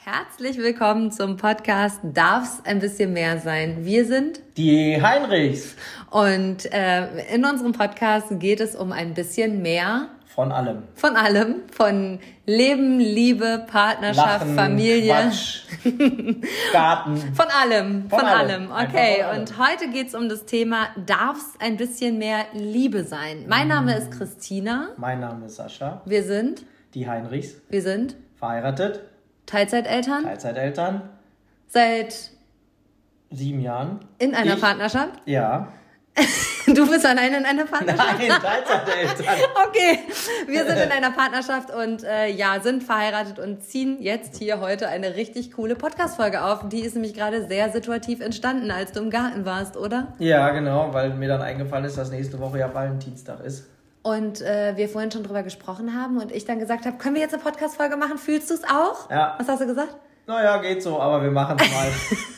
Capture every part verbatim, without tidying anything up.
Herzlich willkommen zum Podcast Darf's ein bisschen mehr sein. Wir sind die Heinrichs. Und äh, in unserem Podcast geht es um ein bisschen mehr von allem. Von allem. Von Leben, Liebe, Partnerschaft, Lachen, Familie. Quatsch, Garten. Von allem. Von, von allem. allem. Okay, von allem. Und heute geht es um das Thema Darf's ein bisschen mehr Liebe sein. Mein Name ist Christina. Mein Name ist Sascha. Wir sind die Heinrichs. Wir sind verheiratet. Teilzeiteltern. Teilzeiteltern. Seit sieben Jahren. In einer ich, Partnerschaft? Ja. Du bist alleine in einer Partnerschaft? Nein, Teilzeiteltern. Okay, wir sind in einer Partnerschaft und äh, ja, sind verheiratet und ziehen jetzt hier heute eine richtig coole Podcast-Folge auf. Die ist nämlich gerade sehr situativ entstanden, als du im Garten warst, oder? Ja, genau, weil mir dann eingefallen ist, dass nächste Woche ja Valentinstag ist. Und äh, wir vorhin schon drüber gesprochen haben und ich dann gesagt habe, können wir jetzt eine Podcast-Folge machen? Fühlst du es auch? Ja. Was hast du gesagt? Naja, geht so, aber wir machen es mal.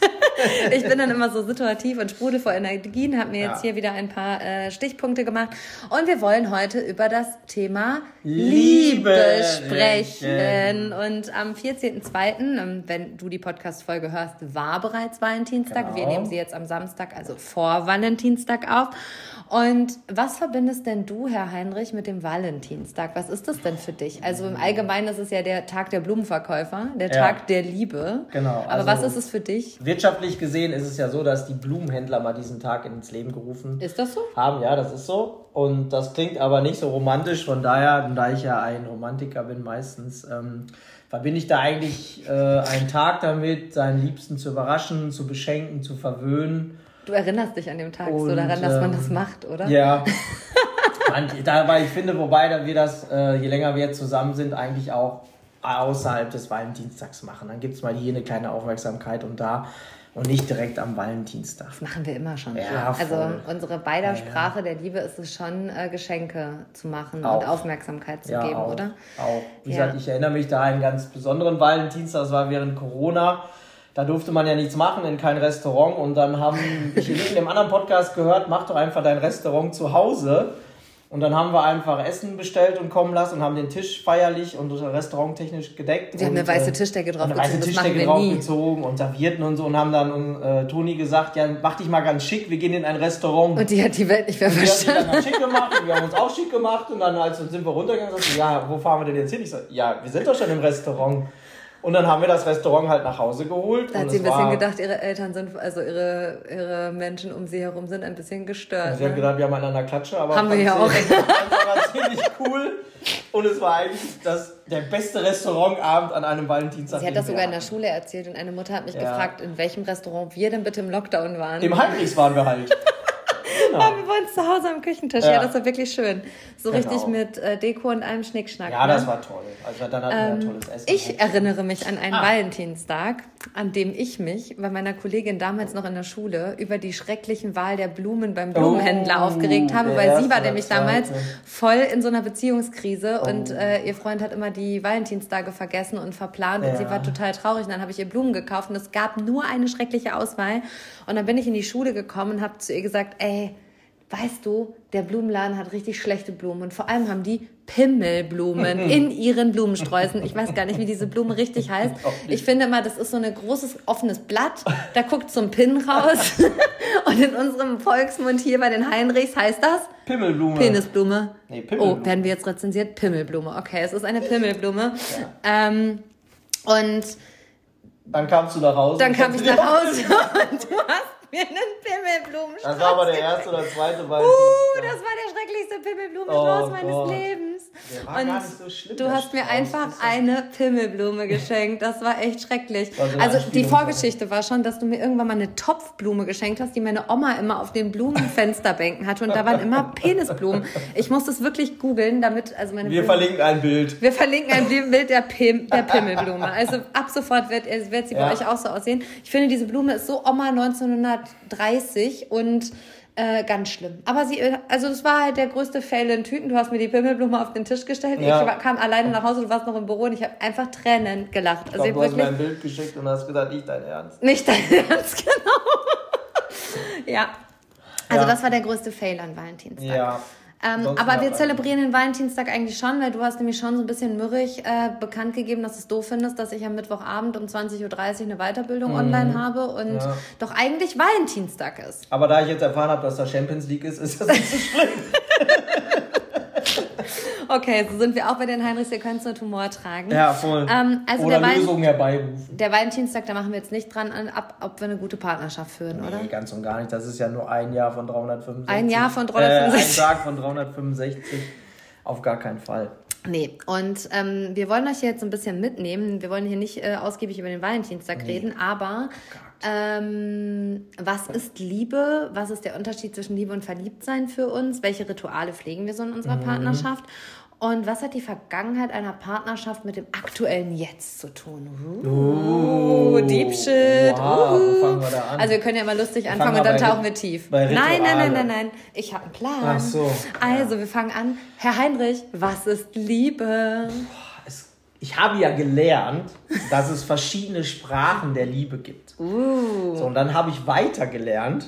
Ich bin dann immer so situativ und sprudel vor Energien, habe mir jetzt ja. hier wieder ein paar äh, Stichpunkte gemacht. Und wir wollen heute über das Thema Liebe, Liebe sprechen. Und am vierzehnten zweiten, wenn du die Podcast-Folge hörst, war bereits Valentinstag. Genau. Wir nehmen sie jetzt am Samstag, also vor Valentinstag auf. Und was verbindest denn du, Herr Heinrich, mit dem Valentinstag? Was ist das denn für dich? Also im Allgemeinen ist es ja der Tag der Blumenverkäufer, der ja. Tag der Liebe. Genau. Aber also was ist es für dich? Wirtschaftlich gesehen ist es ja so, dass die Blumenhändler mal diesen Tag ins Leben gerufen Ist das so? haben. Ja, das ist so. Und das klingt aber nicht so romantisch. Von daher, da ich ja ein Romantiker bin meistens, ähm, verbinde ich da eigentlich äh, einen Tag damit, seinen Liebsten zu überraschen, zu beschenken, zu verwöhnen. Du erinnerst dich an dem Tag Und, so daran, dass man ähm, das macht, oder? Ja. Man, dabei, ich finde, wobei da wir das, äh, je länger wir jetzt zusammen sind, eigentlich auch außerhalb des Valentinstags machen. Dann gibt es mal hier eine kleine Aufmerksamkeit und da und nicht direkt am Valentinstag. Das machen wir immer schon. Ja, also voll. unsere beider Ja, Sprache ja. der Liebe ist es schon, äh, Geschenke zu machen Auch. und Aufmerksamkeit zu Ja, geben, auch, oder? Auch. Wie Ja. gesagt, ich erinnere mich da an einen ganz besonderen Valentinstag, das war während Corona. Da durfte man ja nichts machen, in kein Restaurant. Und dann haben ich in dem anderen Podcast gehört, mach doch einfach dein Restaurant zu Hause. Und dann haben wir einfach Essen bestellt und kommen lassen und haben den Tisch feierlich und restauranttechnisch gedeckt. Wir haben und, eine weiße äh, Tischdecke eine draufgezogen, weiße das machen Tischdecke wir nie. draufgezogen und Servietten und so. Und haben dann äh, Toni gesagt, ja, mach dich mal ganz schick, wir gehen in ein Restaurant. Und die hat die Welt nicht mehr Und die hat sich dann verstanden. ganz schick gemacht und wir haben uns auch schick gemacht. Und dann als sind wir runtergegangen, sagst du, ja, wo fahren wir denn jetzt hin? Ich sag, ja, wir sind doch schon im Restaurant. Und dann haben wir das Restaurant halt nach Hause geholt. Da hat und sie ein es bisschen war, gedacht, ihre Eltern sind, also ihre, ihre Menschen um sie herum sind ein bisschen gestört. Sie hat Ne? gedacht, wir haben einander Klatsche, aber Haben wir ja auch. Das war ziemlich cool. Und es war eigentlich das, der beste Restaurantabend an einem Valentinstag. Sie hat den das wir sogar in der hatten. Schule erzählt und eine Mutter hat mich Ja. gefragt, in welchem Restaurant wir denn bitte im Lockdown waren. Im Heinrichs waren wir halt. Genau. Aber wir waren zu Hause am Küchentisch. Ja, Ja. das war wirklich schön. So Genau. richtig mit äh, Deko und allem Schnickschnack. Ja, ne? das war toll. Also dann hatten wir Ähm, ein tolles Essen. ich erinnere mich an einen Ah. Valentinstag, an dem ich mich bei meiner Kollegin damals noch in der Schule über die schrecklichen Wahl der Blumen beim Blumenhändler Oh, aufgeregt habe, der weil sie erste war oder nämlich zweite. damals voll in so einer Beziehungskrise Oh. und äh, ihr Freund hat immer die Valentinstage vergessen und verplant und Ja. sie war total traurig. Und dann habe ich ihr Blumen gekauft und es gab nur eine schreckliche Auswahl. Und dann bin ich in die Schule gekommen und habe zu ihr gesagt, ey, weißt du, der Blumenladen hat richtig schlechte Blumen und vor allem haben die Pimmelblumen in ihren Blumensträußen. Ich weiß gar nicht, wie diese Blume richtig heißt. Ich finde immer, das ist so ein großes offenes Blatt, da guckt so ein Pin raus und in unserem Volksmund hier bei den Heinrichs heißt das Pimmelblume. Penisblume. Nee, Pimmelblume. Oh, werden wir jetzt rezensiert? Pimmelblume. Okay, es ist eine Pimmelblume. Ja. Ähm, und Dann kamst du nach Hause. dann und kam hast ich dir nach auch Hause und du hast mir einen Pimmelblumenstrauß. Das war aber der erste oder zweite Uh, Valentinstag. das war der schrecklichste Pimmelblumenstrauß Oh meines Gott. Lebens. Der war Und gar nicht so schlimm, du der hast mir Strauß. einfach Das ist ja- eine Pimmelblume geschenkt. Das war echt schrecklich. War so eine Also die Anspielung Vorgeschichte war schon, dass du mir irgendwann mal eine Topfblume geschenkt hast, die meine Oma immer auf den Blumenfensterbänken hatte. Und da waren immer Penisblumen. Ich musste es wirklich googeln, damit... also meine Wir Blumen, verlinken ein Bild. wir verlinken ein Bild der, Pim, der Pimmelblume. Also ab sofort wird, wird sie bei Ja. euch auch so aussehen. Ich finde, diese Blume ist so Oma neunzehnhundertdreißig und äh, ganz schlimm. Aber sie, also das war halt der größte Fail in Tüten. Du hast mir die Pimmelblume auf den Tisch gestellt. Ja. Ich war, kam alleine nach Hause, du warst noch im Büro und ich habe einfach Tränen gelacht. Ich Also glaub, ich du hast wirklich mir ein Bild geschickt und hast gesagt, nicht dein Ernst. nicht dein Ernst, genau. Ja. Also Ja. das war der größte Fail an Valentinstag. Ja. Ähm, aber wir zelebrieren den Valentinstag eigentlich schon, weil du hast nämlich schon so ein bisschen mürrig äh, bekannt gegeben, dass du es doof findest, dass ich am Mittwochabend um zwanzig Uhr dreißig eine Weiterbildung mhm. online habe und ja. doch eigentlich Valentinstag ist. Aber da ich jetzt erfahren habe, dass da Champions League ist, ist das nicht so schlimm. Okay, so sind wir auch bei den Heinrichs, ihr könnt nur Humor tragen. Ja, voll. Ähm, also Oder der Lösungen herbeirufen. Der Valentinstag, da machen wir jetzt nicht dran ab, ob wir eine gute Partnerschaft führen, nee, oder? Nee, ganz und gar nicht. Das ist ja nur ein Jahr von dreihundertfünfundsechzig. Ein Jahr von dreihundertfünfundsechzig. Äh, ein Tag von dreihundertfünfundsechzig. Auf gar keinen Fall. Nee, und ähm, wir wollen euch jetzt ein bisschen mitnehmen. Wir wollen hier nicht äh, ausgiebig über den Valentinstag nee. reden, aber ähm, was ist Liebe? Was ist der Unterschied zwischen Liebe und Verliebtsein für uns? Welche Rituale pflegen wir so in unserer mhm. Partnerschaft? Und was hat die Vergangenheit einer Partnerschaft mit dem aktuellen Jetzt zu tun? Uh, uh Deep Shit. Wow, uh. Wo fangen wir da an? Also wir können ja mal lustig wir anfangen und dann tauchen wir tief. Nein, nein, nein, nein, nein. Ich habe einen Plan. Ach so. Also wir fangen an. Herr Heinrich, was ist Liebe? Es, ich habe ja gelernt, dass es verschiedene Sprachen der Liebe gibt. Uh. So, und dann habe ich weiter gelernt,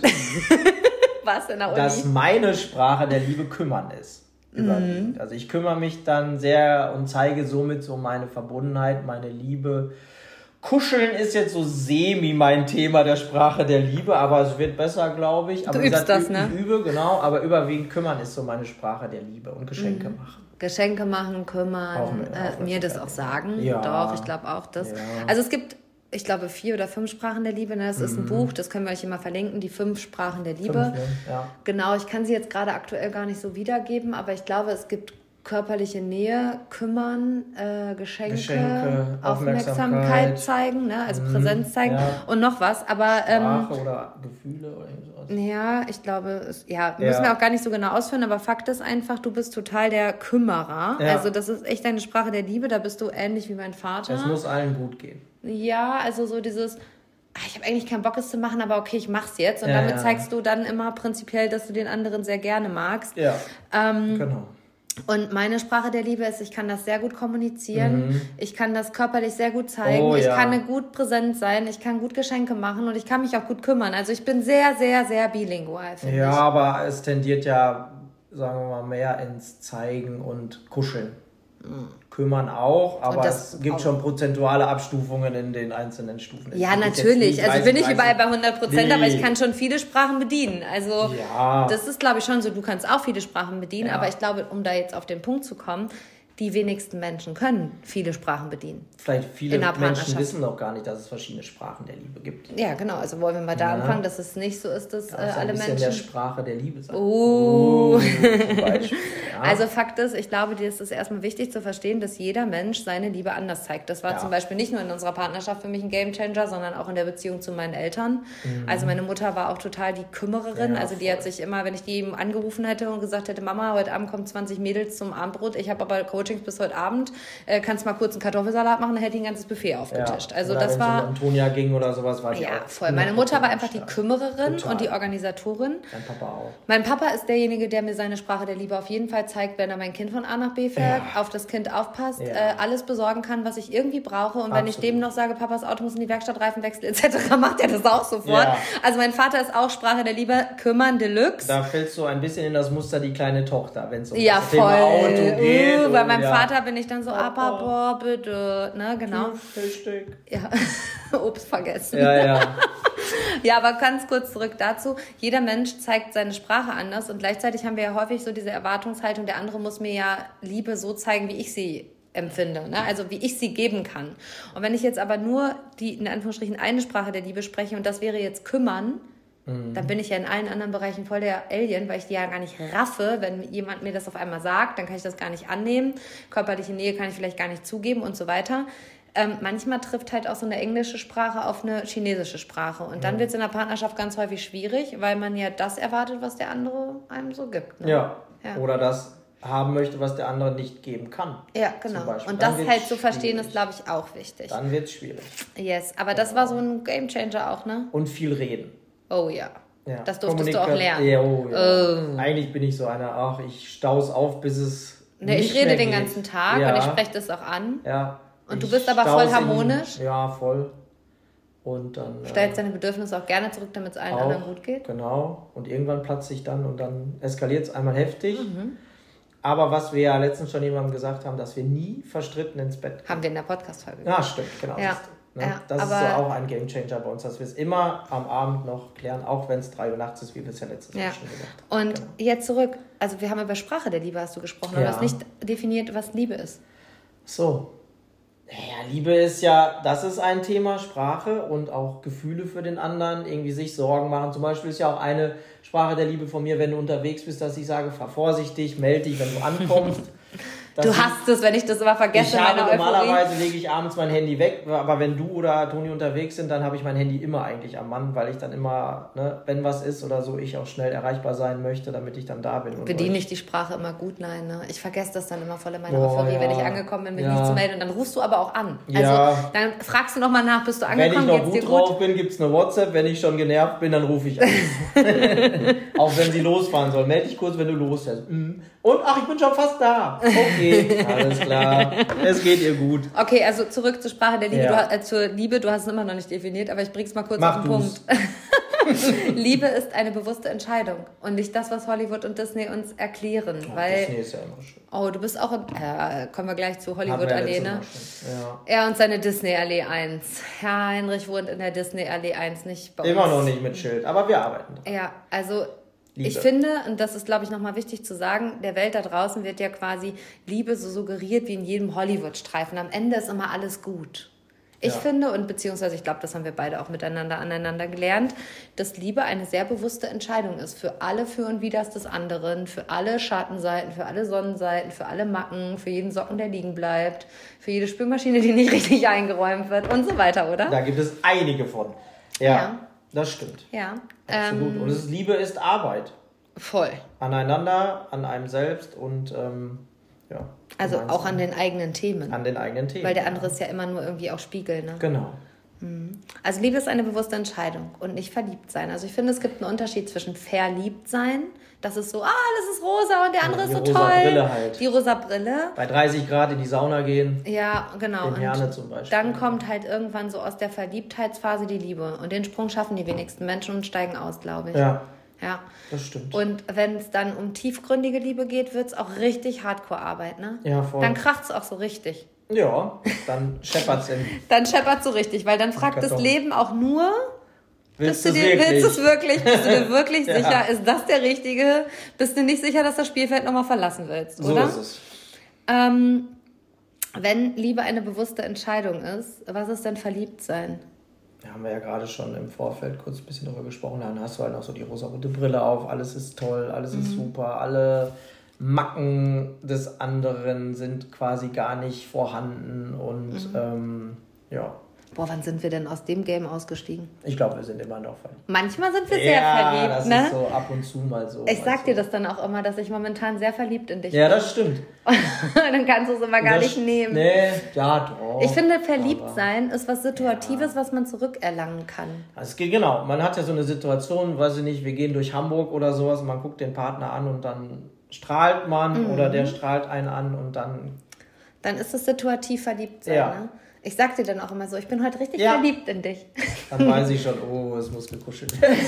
was in der Uni? dass meine Sprache der Liebe kümmern ist. Überwiegend. Also ich kümmere mich dann sehr und zeige somit so meine Verbundenheit, meine Liebe. Kuscheln ist jetzt so semi mein Thema der Sprache der Liebe, aber es wird besser, glaube ich. Aber du übst das, ich, ne? Ich übe, genau, aber überwiegend kümmern ist so meine Sprache der Liebe und Geschenke mhm. machen. Geschenke machen, kümmern, auch mir, äh, mir das auch sagen. Ja. Doch, ich glaube auch das. Ja. Also es gibt... Ich glaube, vier oder fünf Sprachen der Liebe. Das ist ein mhm. Buch, das können wir euch immer verlinken, die fünf Sprachen der Liebe. Fünf, ne? Ja. Genau, ich kann sie jetzt gerade aktuell gar nicht so wiedergeben, aber ich glaube, es gibt körperliche Nähe, kümmern, äh, Geschenke, Geschenke, Aufmerksamkeit, Aufmerksamkeit zeigen, ne? Also mhm. Präsenz zeigen ja. und noch was. Aber, Sprache ähm, oder Gefühle oder irgendwas. Ja, ich glaube, es, ja, ja. müssen wir auch gar nicht so genau ausführen, aber Fakt ist einfach, du bist total der Kümmerer. Ja. Also das ist echt deine Sprache der Liebe, da bist du ähnlich wie mein Vater. Es muss allen gut gehen. Ja, also so dieses, ach, ich habe eigentlich keinen Bock, es zu machen, aber okay, ich mach's jetzt. Und ja, damit ja. zeigst du dann immer prinzipiell, dass du den anderen sehr gerne magst. Ja, ähm, genau. Und meine Sprache der Liebe ist, ich kann das sehr gut kommunizieren, mhm. ich kann das körperlich sehr gut zeigen, oh, ich ja. kann gut präsent sein, ich kann gut Geschenke machen und ich kann mich auch gut kümmern. Also ich bin sehr, sehr, sehr bilingual, finde ja, ich. Ja, aber es tendiert ja, sagen wir mal, mehr ins Zeigen und Kuscheln. Mhm. Kümmern auch, aber es gibt auch schon prozentuale Abstufungen in den einzelnen Stufen. Ja, natürlich. Also ich bin nicht überall bei hundert Prozent, nee. aber ich kann schon viele Sprachen bedienen. Also ja. das ist, glaube ich, schon so. Du kannst auch viele Sprachen bedienen, ja. aber ich glaube, um da jetzt auf den Punkt zu kommen, die wenigsten Menschen können viele Sprachen bedienen. Vielleicht viele Menschen wissen noch gar nicht, dass es verschiedene Sprachen der Liebe gibt. Ja, genau. Also wollen wir mal da ja. anfangen, dass es nicht so ist, dass ja, äh, alle ein Menschen... der Sprache der Liebe sein. Oh. oh zum Beispiel. Ja. Also Fakt ist, ich glaube, dir ist es erstmal wichtig zu verstehen, dass jeder Mensch seine Liebe anders zeigt. Das war ja. zum Beispiel nicht nur in unserer Partnerschaft für mich ein Gamechanger, sondern auch in der Beziehung zu meinen Eltern. Mhm. Also meine Mutter war auch total die Kümmererin. Ja, also die voll. Hat sich immer, wenn ich die eben angerufen hätte und gesagt hätte, Mama, heute Abend kommen zwanzig Mädels zum Abendbrot, ich habe aber Coachings bis heute Abend, äh, kannst mal kurz einen Kartoffelsalat machen, dann hätte ich ein ganzes Buffet aufgetischt. Ja. Also oder das war... Um Antonia ging oder sowas, war die ja, auch voll. Meine Mutter war einfach die Kümmererin total. Und die Organisatorin. Mein Papa auch. Mein Papa ist derjenige, der mir seine Sprache der Liebe auf jeden Fall zeigt, wenn er mein Kind von A nach B fährt, ja. auf das Kind aufpasst, ja. äh, alles besorgen kann, was ich irgendwie brauche. Und Absolut. Wenn ich dem noch sage, Papas Auto muss in die Werkstatt, Reifenwechsel et cetera, macht er das auch sofort. Ja. Also mein Vater ist auch Sprache der Liebe, kümmern Deluxe. Da fällst du ein bisschen in das Muster die kleine Tochter, wenn es um ja, das voll. Thema Auto geht. Uh, bei meinem ja. Vater bin ich dann so, ah, Papa, bitte. Ne, genau. Richtig. Ja, Obst vergessen. Ja, ja. Ja, aber ganz kurz zurück dazu. Jeder Mensch zeigt seine Sprache anders und gleichzeitig haben wir ja häufig so diese Erwartungshaltung, der andere muss mir ja Liebe so zeigen, wie ich sie empfinde, ne? Also wie ich sie geben kann. Und wenn ich jetzt aber nur die, in Anführungsstrichen, eine Sprache der Liebe spreche und das wäre jetzt kümmern, mhm. dann bin ich ja in allen anderen Bereichen voll der Alien, weil ich die ja gar nicht raffe. Wenn jemand mir das auf einmal sagt, dann kann ich das gar nicht annehmen. Körperliche Nähe kann ich vielleicht gar nicht zugeben und so weiter. Ähm, manchmal trifft halt auch so eine englische Sprache auf eine chinesische Sprache. Und dann mhm. wird es in der Partnerschaft ganz häufig schwierig, weil man ja das erwartet, was der andere einem so gibt. Ne? Ja. ja, oder das haben möchte, was der andere nicht geben kann. Ja, genau. Und das halt zu verstehen, ist, glaube ich, auch wichtig. Dann wird es schwierig. Yes, aber das war so ein Gamechanger auch, ne? Und viel reden. Oh ja. ja. Das durftest du auch lernen. Ja, oh, ja. Oh. Eigentlich bin ich so einer, ach, ich staus auf, bis es ne, nicht Ich rede mehr den geht. ganzen Tag ja. und ich spreche das auch an. Ja. Und du bist aber voll harmonisch? In, ja, voll. Und dann... Stellst äh, deine Bedürfnisse auch gerne zurück, damit es allen auch, anderen gut geht? Genau. Und irgendwann platzt sich dann und dann eskaliert es einmal heftig. Mhm. Aber was wir ja letztens schon jemandem gesagt haben, dass wir nie verstritten ins Bett gehen. Haben wir in der Podcast-Folge. Ja, stimmt, genau. Ja. Ne? Ja, das ist aber so auch ein Gamechanger bei uns, dass wir es immer am Abend noch klären, auch wenn es drei Uhr nachts ist, wie wir es ja letztes Mal ja. schon gesagt haben. Und genau. jetzt zurück. Also wir haben über Sprache der Liebe hast du gesprochen, aber Ja. du hast nicht definiert, was Liebe ist. So. Naja, Liebe ist ja, das ist ein Thema, Sprache und auch Gefühle für den anderen, irgendwie sich Sorgen machen. Zum Beispiel ist ja auch eine Sprache der Liebe von mir, wenn du unterwegs bist, dass ich sage, fahr vorsichtig, melde dich, wenn du ankommst. Du hast es, wenn ich das immer vergesse. Ich habe meine normalerweise lege ich abends mein Handy weg, aber wenn du oder Toni unterwegs sind, dann habe ich mein Handy immer eigentlich am Mann, weil ich dann immer, ne, wenn was ist oder so, ich auch schnell erreichbar sein möchte, damit ich dann da bin. Und bediene ich die Sprache immer gut? Nein, ne? Ich vergesse das dann immer voll in meiner Oh, Euphorie, ja. wenn ich angekommen bin, mich Ja. nicht zu melden. Und dann rufst du aber auch an. Also Ja. dann fragst du nochmal nach, bist du Wenn ich angekommen, noch geht's gut dir gut? drauf bin, gibt es eine WhatsApp. Wenn ich schon genervt bin, dann rufe ich an. Auch wenn sie losfahren soll. Melde dich kurz, wenn du losfährst. Mhm. Und, ach, ich bin schon fast da. Okay, alles klar. Es geht ihr gut. Okay, also zurück zur Sprache der Liebe. Ja. Du, hast- äh, zur Liebe, du hast es immer noch nicht definiert, aber ich bring's mal kurz Mach auf den du's. Punkt. Liebe ist eine bewusste Entscheidung und nicht das, was Hollywood und Disney uns erklären. Ja, weil, Disney ist ja immer schön. oh, du bist auch im, äh, kommen wir gleich zu Hatten wir ja Hollywood-Allee, letztes ne? Mal schon. Ja. Er und seine Disney-Allee eins. Herr Heinrich wohnt in der Disney-Allee eins, nicht bei uns. Immer noch nicht mit Schild, aber wir arbeiten dran. Ja, also Liebe. ich finde, und das ist, glaube ich, nochmal wichtig zu sagen, der Welt da draußen wird ja quasi Liebe so suggeriert wie in jedem Hollywood-Streifen. Am Ende ist immer alles gut. Ich Ja. finde, und beziehungsweise ich glaube, das haben wir beide auch miteinander aneinander gelernt, dass Liebe eine sehr bewusste Entscheidung ist für alle Für und Widers des anderen, für alle Schattenseiten, für alle Sonnenseiten, für alle Macken, für jeden Socken, der liegen bleibt, für jede Spülmaschine, die nicht richtig eingeräumt wird und so weiter, oder? Da gibt es einige von. Ja, Ja. das stimmt. Ja, Absolut. ähm, Und es ist, Liebe ist Arbeit. voll. Aneinander, an einem selbst und ähm, ja. Also gemeinsam. auch an den eigenen Themen. an den eigenen Themen. Weil der andere ist ja immer nur irgendwie auch Spiegel, ne? Genau. Also Liebe ist eine bewusste Entscheidung und nicht verliebt sein. Also ich finde, es gibt einen Unterschied zwischen verliebt sein, das ist so, ah, das ist rosa und der andere Ja, die ist so rosa toll. Brille halt. Die rosa Brille. Bei dreißig Grad in die Sauna gehen. Ja, genau. In Und Herne zum Beispiel. dann kommt halt irgendwann so aus der Verliebtheitsphase die Liebe. Und den Sprung schaffen die wenigsten Menschen und steigen aus, glaube ich. Ja, Ja. das stimmt. Und wenn es dann um tiefgründige Liebe geht, wird es auch richtig Hardcore-Arbeit, ne? Ja, voll. Dann kracht es auch so richtig. Ja, dann scheppert's in. Dann scheppert so richtig, weil dann fragt das Karton. Leben auch nur, Willst bist du du's dir, wirklich? willst du es wirklich? Bist du dir wirklich Ja. sicher? Ist das der Richtige? Bist du nicht sicher, dass du das Spielfeld nochmal verlassen willst, So oder? ist es. Ähm, wenn Liebe eine bewusste Entscheidung ist, was ist denn Verliebtsein? Da haben wir ja gerade schon im Vorfeld kurz ein bisschen darüber gesprochen. Dann hast du halt noch so die rosarote Brille auf. Alles ist toll, alles ist Mhm. super. Alle Macken des anderen sind quasi gar nicht vorhanden. Und Mhm. ähm, ja, Boah, wann sind wir denn aus dem Game ausgestiegen? ich glaube, wir sind immer noch verliebt. Manchmal sind wir sehr ja, verliebt, das ne? ist so ab und zu mal so. Ich mal sag so. dir das dann auch immer, dass ich momentan sehr verliebt in dich Ja, bin. das stimmt. Dann kannst du es immer gar das, nicht nehmen. Nee, ja, doch. Ich finde, verliebt aber- sein ist was Situatives, was man zurückerlangen kann. Also es geht genau. Man hat ja so eine Situation, weiß ich nicht, wir gehen durch Hamburg oder sowas, man guckt den Partner an und dann strahlt man Mhm. oder der strahlt einen an und dann. Dann ist es situativ verliebt sein, Ja. ne? Ich sag dir dann auch immer so, ich bin heute richtig Ja. verliebt in dich. Dann weiß ich schon, oh, es muss gekuschelt werden.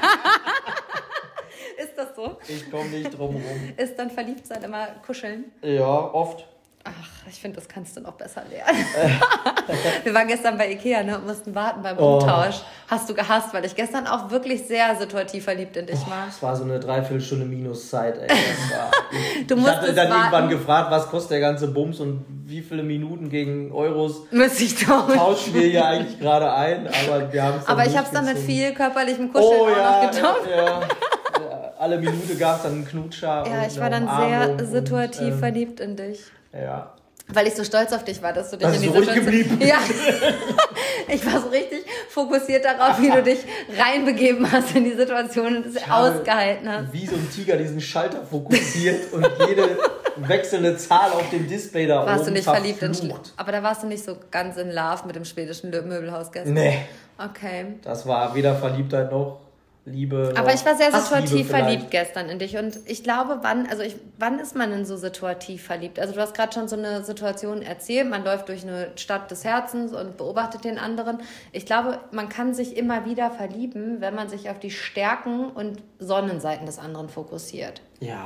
Ist das so? Ich komme nicht drum rum. Ist dann verliebt sein immer kuscheln? Ja, oft. Ach, ich finde, das kannst du noch besser lernen. Wir waren gestern bei Ikea, ne, und mussten warten beim Oh. Umtausch. Hast du gehasst, weil ich gestern auch wirklich sehr situativ verliebt in dich war. Es war so eine Dreiviertelstunde Minuszeit, ey. Das war, Du ich musstest hatte dann warten. irgendwann gefragt, was kostet der ganze Bums und wie viele Minuten gegen Euros Müsste ich doch. tauschen wir hier eigentlich gerade ein, aber wir haben es Aber ich habe es dann mit viel körperlichem Kuscheln Oh auch ja, noch getoppt. ja, ja. Alle Minute gab es dann einen Knutscher. Ja, und ich eine war dann Umarmung sehr situativ und, ähm, verliebt in dich. Ja. Weil ich so stolz auf dich war, dass du dich Das in ist die ruhig Situation... geblieben. Ja. Ich war so richtig fokussiert darauf, wie du dich reinbegeben hast in die Situation und es Ich habe ausgehalten hast. Wie so ein Tiger diesen Schalter fokussiert und jede wechselnde Zahl auf dem Display da Warst oben du nicht verliebt in... verflucht. Schle- Aber da warst du nicht so ganz in Love mit dem schwedischen Lö- Möbelhaus gestern. Nee, Okay. das war weder Verliebtheit noch Liebe. Aber noch ich war sehr Hassliebe situativ vielleicht. verliebt gestern in dich und ich glaube, wann, also ich, wann ist man denn so situativ verliebt? Also du hast gerade schon so eine Situation erzählt, man läuft durch eine Stadt des Herzens und beobachtet den anderen. Ich glaube, man kann sich immer wieder verlieben, wenn man sich auf die Stärken und Sonnenseiten des anderen fokussiert. Ja,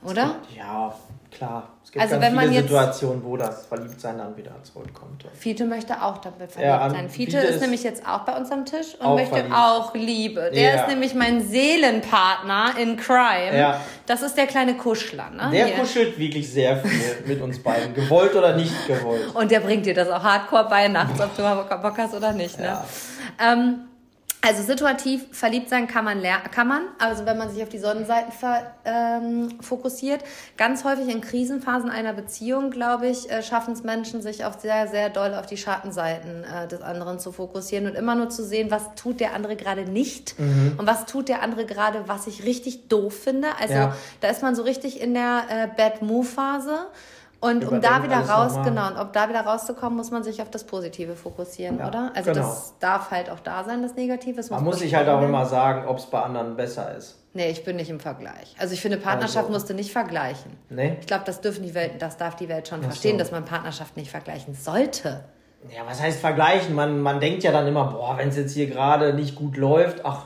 oder? Gibt, ja, klar. Es gibt also ganz wenn man viele jetzt, Situationen, wo das Verliebtsein dann wieder zurückkommt. Fiete möchte auch damit verliebt Ja, sein. Fiete, Fiete ist, ist nämlich jetzt auch bei uns am Tisch und auch möchte verliebt. auch Liebe. Der Ja. ist nämlich mein Seelenpartner in Crime. Ja. Das ist der kleine Kuschler. Ne? Der Hier. kuschelt wirklich sehr viel mit uns beiden. Gewollt oder nicht gewollt. Und der bringt dir das auch hardcore bei nachts, ob du mal Bock hast oder nicht. Ne? Ja. Ähm, also situativ verliebt sein kann man, ler- kann man, also wenn man sich auf die Sonnenseiten ver- ähm, fokussiert. Ganz häufig in Krisenphasen einer Beziehung, glaube ich, äh, schaffen es Menschen, sich auf sehr, sehr doll auf die Schattenseiten äh, des anderen zu fokussieren und immer nur zu sehen, was tut der andere gerade nicht Mhm. und was tut der andere gerade, was ich richtig doof finde. Also Ja. da ist man so richtig in der äh, Bad-Move-Phase. Und um da Überdenkt wieder alles raus, nochmal. genau, und um da wieder rauszukommen, muss man sich auf das Positive fokussieren, Ja, oder? Also genau. das darf halt auch da sein, das Negative. Das Man muss sich halt auch immer sagen, ob es bei anderen besser ist. Nee, ich bin nicht im Vergleich. Also ich finde, Partnerschaft Also. musst du nicht vergleichen. Nee? Ich glaube, das dürfen die Welt, das darf die Welt schon Ach verstehen, so. dass man Partnerschaft nicht vergleichen sollte. Ja, was heißt vergleichen? Man, man denkt ja dann immer, boah, wenn es jetzt hier gerade nicht gut läuft, ach,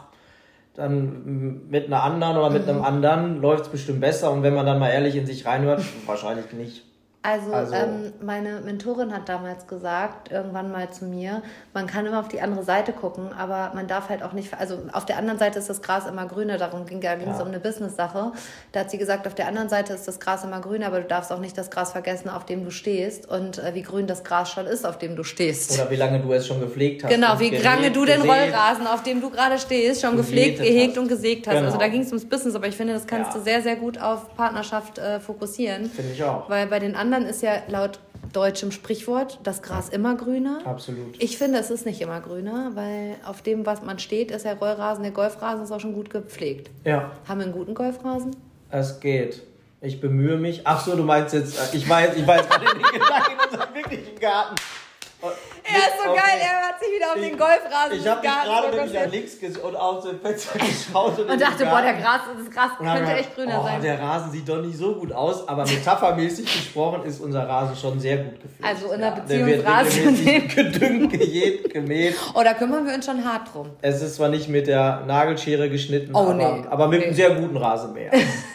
dann mit einer anderen oder mit Mhm. einem anderen läuft es bestimmt besser. Und wenn man dann mal ehrlich in sich reinhört, wahrscheinlich nicht. Also, Also- ähm, meine Mentorin hat damals gesagt, irgendwann mal zu mir, man kann immer auf die andere Seite gucken, aber man darf halt auch nicht, also auf der anderen Seite ist das Gras immer grüner, darum ging da ging es Ja. um eine Business-Sache. Da hat sie gesagt, auf der anderen Seite ist das Gras immer grüner, aber du darfst auch nicht das Gras vergessen, auf dem du stehst und äh, wie grün das Gras schon ist, auf dem du stehst. Oder wie lange du es schon gepflegt hast. Genau, und wie gemäht, lange du den gesät. Rollrasen, auf dem du gerade stehst, schon gepflegt, Gesätet gehegt hast. und gesägt hast. Genau. Also da ging es ums Business, aber ich finde, das kannst Ja. du sehr, sehr gut auf Partnerschaft äh, fokussieren. Finde ich auch. Weil bei den anderen ist ja laut deutschem Sprichwort das Gras immer grüner. Absolut. Ich finde, es ist nicht immer grüner, weil auf dem, was man steht, ist der Rollrasen, der Golfrasen ist auch schon gut gepflegt. Ja, Haben wir einen guten Golfrasen? es geht. Ich bemühe mich. Ach so, du meinst jetzt, äh, ich war jetzt, ich war jetzt gerade in den Gedanken in unserem wirklichen Garten. Er ist so Okay. geil, er hat sich wieder auf Ich- den Golfrasen Ich habe mich Gartens gerade wirklich fokussiert an links ges- und aus dem Fenster geschaut. Und, und dachte, boah, der Gras, das Gras Und hab könnte gedacht, echt grüner oh, sein. Der Rasen sieht doch nicht so gut aus, aber metaphermäßig gesprochen ist unser Rasen schon sehr gut gepflegt. Also in der der Beziehung wird Rasen regelmäßig gedüngt, gejiet, gemäht. Oh, da kümmern wir uns schon hart drum. Es ist zwar nicht mit der Nagelschere geschnitten, Oh, aber, nee. aber mit Nee. einem sehr guten Rasenmäher.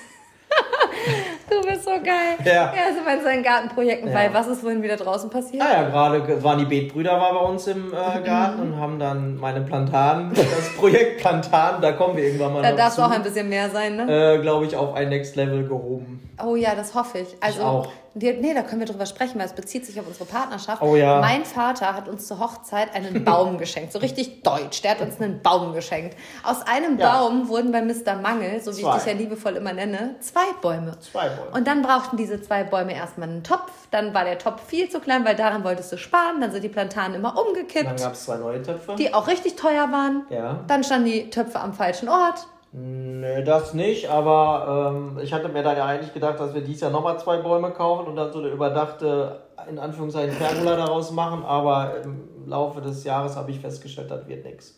Du bist so geil. Ja. Er ist bei seinen Gartenprojekten Ja. bei. Was ist vorhin wieder draußen passiert? Ah ja, gerade waren die Beetbrüder war bei uns im äh, Garten und haben dann meine Plantanen, das Projekt Plantanen, da kommen wir irgendwann mal Da noch darf es zu, auch ein bisschen mehr sein, ne? äh, glaube ich, auf ein Next Level gehoben. Oh ja, das hoffe ich. Also, auch. Die, nee, da können wir drüber sprechen, weil es bezieht sich auf unsere Partnerschaft. Oh ja. Mein Vater hat uns zur Hochzeit einen Baum geschenkt. So richtig deutsch. Der hat uns einen Baum geschenkt. Aus einem Ja. Baum wurden bei Mister Mangel, so wie Zwei. ich dich ja liebevoll immer nenne, zwei Bäume. Zwei Bäume. Und dann brauchten diese zwei Bäume erstmal einen Topf. Dann war der Topf viel zu klein, weil daran wolltest du sparen. Dann sind die Plantanen immer Dann umgekippt, gab es zwei neue Töpfe. die auch richtig teuer waren. Ja. Dann standen die Töpfe am falschen Ort. Nee, das nicht, aber ähm, ich hatte mir dann ja eigentlich gedacht, dass wir dieses Jahr nochmal zwei Bäume kaufen und dann so eine überdachte, in Anführungszeichen, Pergola daraus machen, aber im Laufe des Jahres habe ich festgestellt, das wird nichts.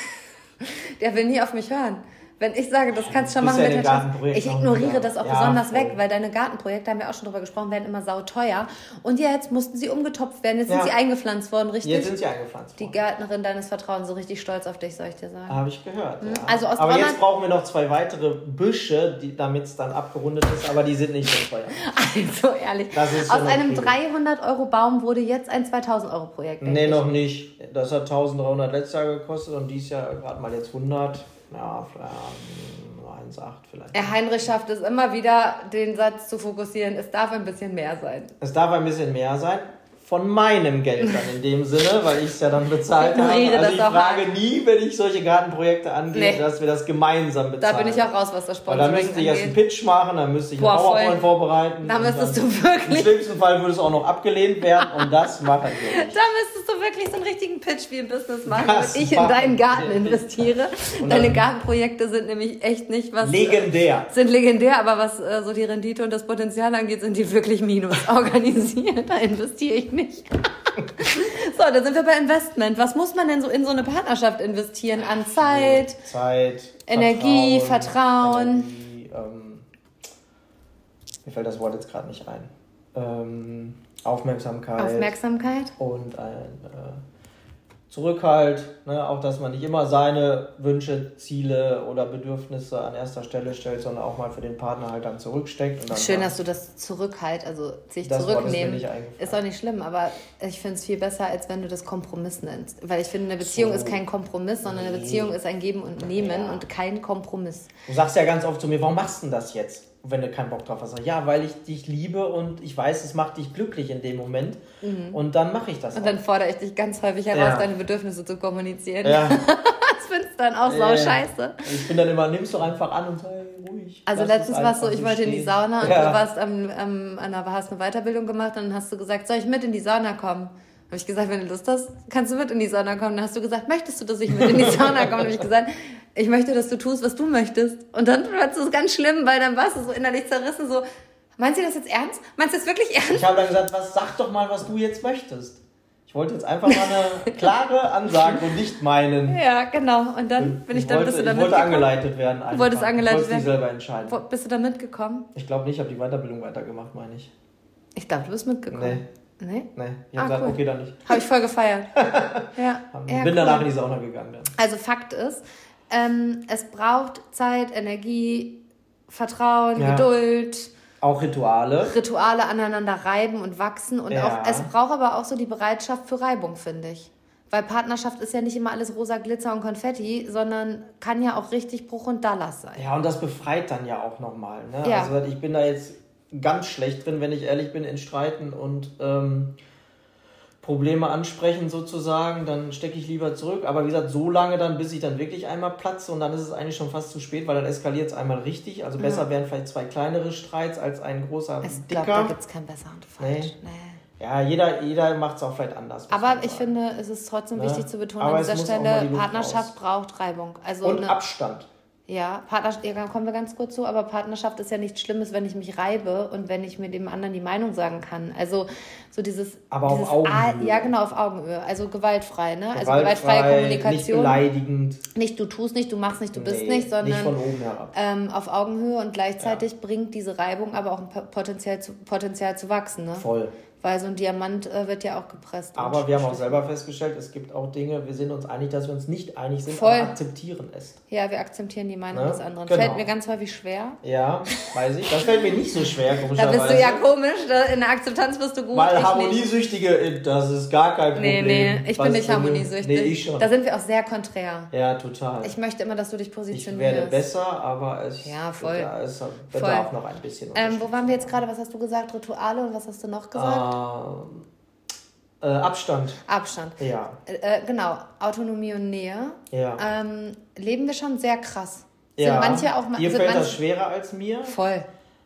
Der will nie auf mich hören. Wenn ich sage, das kannst du schon Bist machen ja mit in der den Chance. Gartenprojekten Ich auch ignoriere wieder. das auch Ja, besonders voll. weg, weil deine Gartenprojekte, haben wir auch schon drüber gesprochen, werden immer sauteuer. Und jetzt mussten sie umgetopft werden. Jetzt Ja. sind sie eingepflanzt worden, richtig? Jetzt sind sie eingepflanzt Die worden. Gärtnerin deines Vertrauens so richtig stolz auf dich, soll ich dir sagen. Habe ich gehört, ja. Also aus aber Dronner- jetzt brauchen wir noch zwei weitere Büsche, die, damit es dann abgerundet ist, aber die sind nicht so teuer. Also ehrlich. Das ist Aus schon einem okay. dreihundert Euro Baum wurde jetzt ein zweitausend Euro Projekt. denke Nee, ich. noch nicht. Das hat dreizehnhundert letztes Jahr gekostet und dieses Jahr gerade mal jetzt hundert. Ja, vielleicht eins Komma acht vielleicht. Herr Heinrich schafft es immer wieder, den Satz zu fokussieren. Es darf ein bisschen mehr sein. Es darf ein bisschen mehr sein. Von meinem Geld dann in dem Sinne, weil ich es ja dann bezahlt habe. Ignoriere Also das ich auch frage an. nie, wenn ich solche Gartenprojekte angehe, Nee. dass wir das gemeinsam bezahlen. Da bin ich auch raus, was das Weil Sponsoring dann müsste ich erst einen angeht. Pitch machen, dann müsste ich einen Boah, voll. PowerPoint vorbereiten. Da und müsstest dann, du wirklich- Im schlimmsten Fall würde es auch noch abgelehnt werden und das machen wir nicht. Da müsstest du wirklich so einen richtigen Pitch wie im Business machen, Das wenn ich in machen deinen Garten wir nicht. investiere. Und Deine dann- Gartenprojekte sind nämlich echt nicht was... Legendär. Sind legendär, aber was äh, so die Rendite und das Potenzial angeht, sind die wirklich minus organisiert. Da investiere ich nicht. So, da sind wir bei Investment. Was muss man denn so in so eine Partnerschaft investieren? An Zeit, Zeit, Energie, Vertrauen. Energie, ähm, mir fällt das Wort jetzt gerade nicht ein. Ähm, Aufmerksamkeit. Aufmerksamkeit. Und ein, äh, Zurückhalt, ne? Auch, dass man nicht immer seine Wünsche, Ziele oder Bedürfnisse an erster Stelle stellt, sondern auch mal für den Partner halt dann zurücksteckt. Und dann Schön, mal, dass du das Zurückhalt, also sich das zurücknehmen, ist, ist auch nicht schlimm, aber ich finde es viel besser, als wenn du das Kompromiss nennst. Weil ich finde, eine Beziehung so. ist kein Kompromiss, sondern eine Beziehung ist ein Geben und Nehmen ja. und kein Kompromiss. Du sagst ja ganz oft zu mir, warum machst du denn das jetzt? Wenn du keinen Bock drauf hast. Ja, weil ich dich liebe und ich weiß, es macht dich glücklich in dem Moment. Mhm. Und dann mache ich das Und auch. dann fordere ich dich ganz häufig heraus, ja. deine Bedürfnisse zu kommunizieren. Ja. Das findest du dann auch sau äh, scheiße. Ich bin dann immer, nimm's doch einfach an und sei ruhig. Also letztens war es so, ich wollte in die Sauna und ja. du warst am, am, an der, hast eine Weiterbildung gemacht und dann hast du gesagt, soll ich mit in die Sauna kommen? Habe ich gesagt, wenn du Lust hast, kannst du mit in die Sauna kommen. Dann hast du gesagt, möchtest du, dass ich mit in die Sauna komme? Dann habe ich gesagt, ich möchte, dass du tust, was du möchtest. Und dann war es ganz schlimm, weil dann warst du so innerlich zerrissen, so, meinst du das jetzt ernst? Meinst du das wirklich ernst? Ich habe dann gesagt, was, sag doch mal, was du jetzt möchtest. Ich wollte jetzt einfach mal eine klare Ansage und nicht meinen. Ja, genau. Und dann bin ich, ich dann, wollte, bist du da Ich wollte angeleitet werden. Einfach. Du wolltest angeleitet werden? Ich wollte selber entscheiden. Wo, bist du da mitgekommen? Ich glaube nicht, ich habe die Weiterbildung weitergemacht, meine ich. Ich glaube, du bist mitgekommen. Nee. Nee? Nee, ich habe ah, gesagt, cool. okay, dann nicht. Habe ich voll gefeiert. ja. Bin ja, danach cool. in die Sauna gegangen. Dann. Also Fakt ist, ähm, es braucht Zeit, Energie, Vertrauen, ja. Geduld. Auch Rituale. Rituale aneinander reiben und wachsen. Und ja. auch, es braucht aber auch so die Bereitschaft für Reibung, finde ich. Weil Partnerschaft ist ja nicht immer alles rosa Glitzer und Konfetti, sondern kann ja auch richtig Bruch und Dallas sein. Ja, und das befreit dann ja auch nochmal. Ne? Ja. Also ich bin da jetzt ganz schlecht drin, wenn ich ehrlich bin, in Streiten und ähm, Probleme ansprechen sozusagen, dann stecke ich lieber zurück. Aber wie gesagt, so lange dann, bis ich dann wirklich einmal platze und dann ist es eigentlich schon fast zu spät, weil dann eskaliert es einmal richtig. Also besser ja. wären vielleicht zwei kleinere Streits als ein großer, ich dicker. Ich glaube, da gibt es keinen besseren Fall. Nee. Nee. Ja, jeder, jeder macht es auch vielleicht anders. Aber ich finde, es ist trotzdem wichtig ja. zu betonen, Aber an dieser Stelle, Partnerschaft braucht Reibung. Also und eine, Abstand. Ja, Partnerschaft, ja, kommen wir ganz kurz zu, aber Partnerschaft ist ja nichts Schlimmes, wenn ich mich reibe und wenn ich mir dem anderen die Meinung sagen kann. Also so dieses... Aber dieses auf Augenhöhe. Ja, genau, auf Augenhöhe. Also gewaltfrei, ne? Gewaltfrei, also gewaltfreie Kommunikation. Nicht beleidigend. Nicht du tust nicht, du machst nicht, du bist nee, nicht, sondern nicht von oben herab. Ähm, auf Augenhöhe und gleichzeitig ja. bringt diese Reibung aber auch ein Potenzial zu, Potenzial zu wachsen, ne? Voll. Weil so ein Diamant äh, wird ja auch gepresst. Aber wir haben auch selber festgestellt, es gibt auch Dinge, wir sind uns einig, dass wir uns nicht einig sind, Voll. aber akzeptieren es. Ja, wir akzeptieren die Meinung ne? des anderen. Genau. Fällt mir ganz häufig schwer. Ja, weiß ich. Das fällt mir nicht so schwer, komischerweise. Da bist du ja komisch, in der Akzeptanz bist du gut. Weil Harmoniesüchtige, das ist gar kein Problem. Nee, nee, ich bin nicht harmoniesüchtig. Nee, ich schon. Da sind wir auch sehr konträr. Ja, total. Ich möchte immer, dass du dich positionierst. Ich werde besser, aber es, ja, voll. Ja, es bedarf voll. noch ein bisschen. Ähm, wo waren wir jetzt gerade? Was hast du gesagt? Rituale und was hast du noch gesagt? Ähm... Äh, Abstand. Abstand. Ja. Äh, genau, Autonomie und Nähe. Ja. Ähm, leben wir schon sehr krass. Ja. Sind manche auch, Dir sind fällt manche, das schwerer als mir. Voll.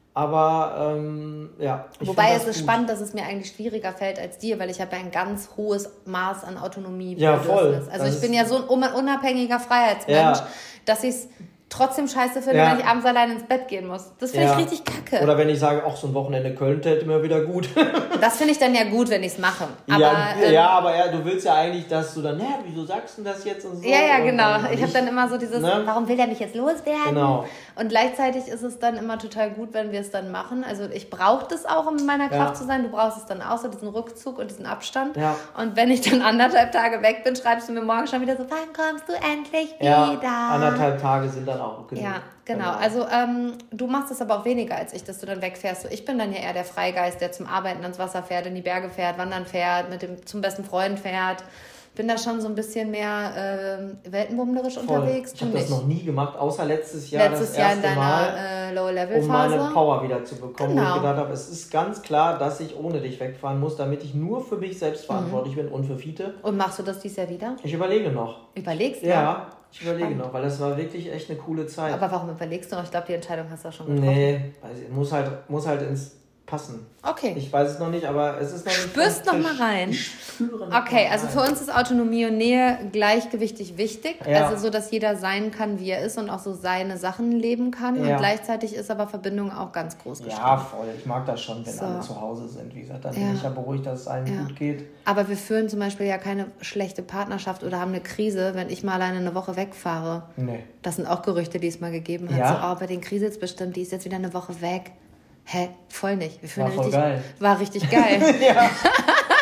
Aber ähm, ja. Wobei es ist gut. Spannend, dass es mir eigentlich schwieriger fällt als dir, weil ich habe ja ein ganz hohes Maß an Autonomie. Ja, voll. Also das ich bin ja so ein unabhängiger Freiheitsmensch, ja. dass ich es trotzdem scheiße finde, ja. wenn ich abends allein ins Bett gehen muss. Das finde ja. ich richtig kacke. Oder wenn ich sage, auch so ein Wochenende Köln täte mir wieder gut. Das finde ich dann ja gut, wenn ich es mache. Aber, ja, ähm, ja, aber ja, du willst ja eigentlich, dass du dann, naja, wieso sagst du das jetzt und so. Ja, ja, und genau. Ich habe dann immer so dieses, ne? Warum will der mich jetzt loswerden? Genau. Und gleichzeitig ist es dann immer total gut, wenn wir es dann machen. Also ich brauche das auch, um in meiner Kraft ja. zu sein. Du brauchst es dann auch, so diesen Rückzug und diesen Abstand. Ja. Und wenn ich dann anderthalb Tage weg bin, schreibst du mir morgen schon wieder so, wann kommst du endlich ja, wieder? Anderthalb Tage sind dann auch genug. Ja, genau. genau. Also ähm, du machst es aber auch weniger als ich, dass du dann wegfährst. So, ich bin dann ja eher der Freigeist, der zum Arbeiten ans Wasser fährt, in die Berge fährt, wandern fährt, mit dem zum besten Freund fährt. Bin da schon so ein bisschen mehr äh, weltenbummlerisch Voll. unterwegs. Ich habe das nicht. noch nie gemacht, außer letztes Jahr letztes das Jahr erste in deiner Mal, äh, Low-Level-Phase. um meine Power wieder zu bekommen. Genau. Wo ich gedacht habe, es ist ganz klar, dass ich ohne dich wegfahren muss, damit ich nur für mich selbst verantwortlich mhm. bin und für Fiete. Und machst du das dieses Jahr wieder? Ich überlege noch. Überlegst du? Ja, ich überlege Spannend. noch, weil das war wirklich echt eine coole Zeit. Aber warum überlegst du noch? Ich glaube, die Entscheidung hast du auch schon getroffen. Nee, weiß ich, muss halt, muss halt ins passen. Okay. Ich weiß es noch nicht, aber es ist noch nicht... Spürst noch mal rein. Ich spüre noch Okay, mal also rein. für uns ist Autonomie und Nähe gleichgewichtig wichtig. Ja. Also so, dass jeder sein kann, wie er ist und auch so seine Sachen leben kann. Ja. Und gleichzeitig ist aber Verbindung auch ganz groß geschrieben. Ja, voll. Ich mag das schon, wenn so. alle zu Hause sind. Wie gesagt, dann ja. bin ich ja beruhigt, dass es allen ja. gut geht. Aber wir führen zum Beispiel ja keine schlechte Partnerschaft oder haben eine Krise, wenn ich mal alleine eine Woche wegfahre. Nee. Das sind auch Gerüchte, die es mal gegeben hat. Ja? So, oh, bei den Krise jetzt bestimmt, die ist jetzt wieder eine Woche weg. Hä? Voll nicht. Wir war voll richtig, geil. War richtig geil. ja.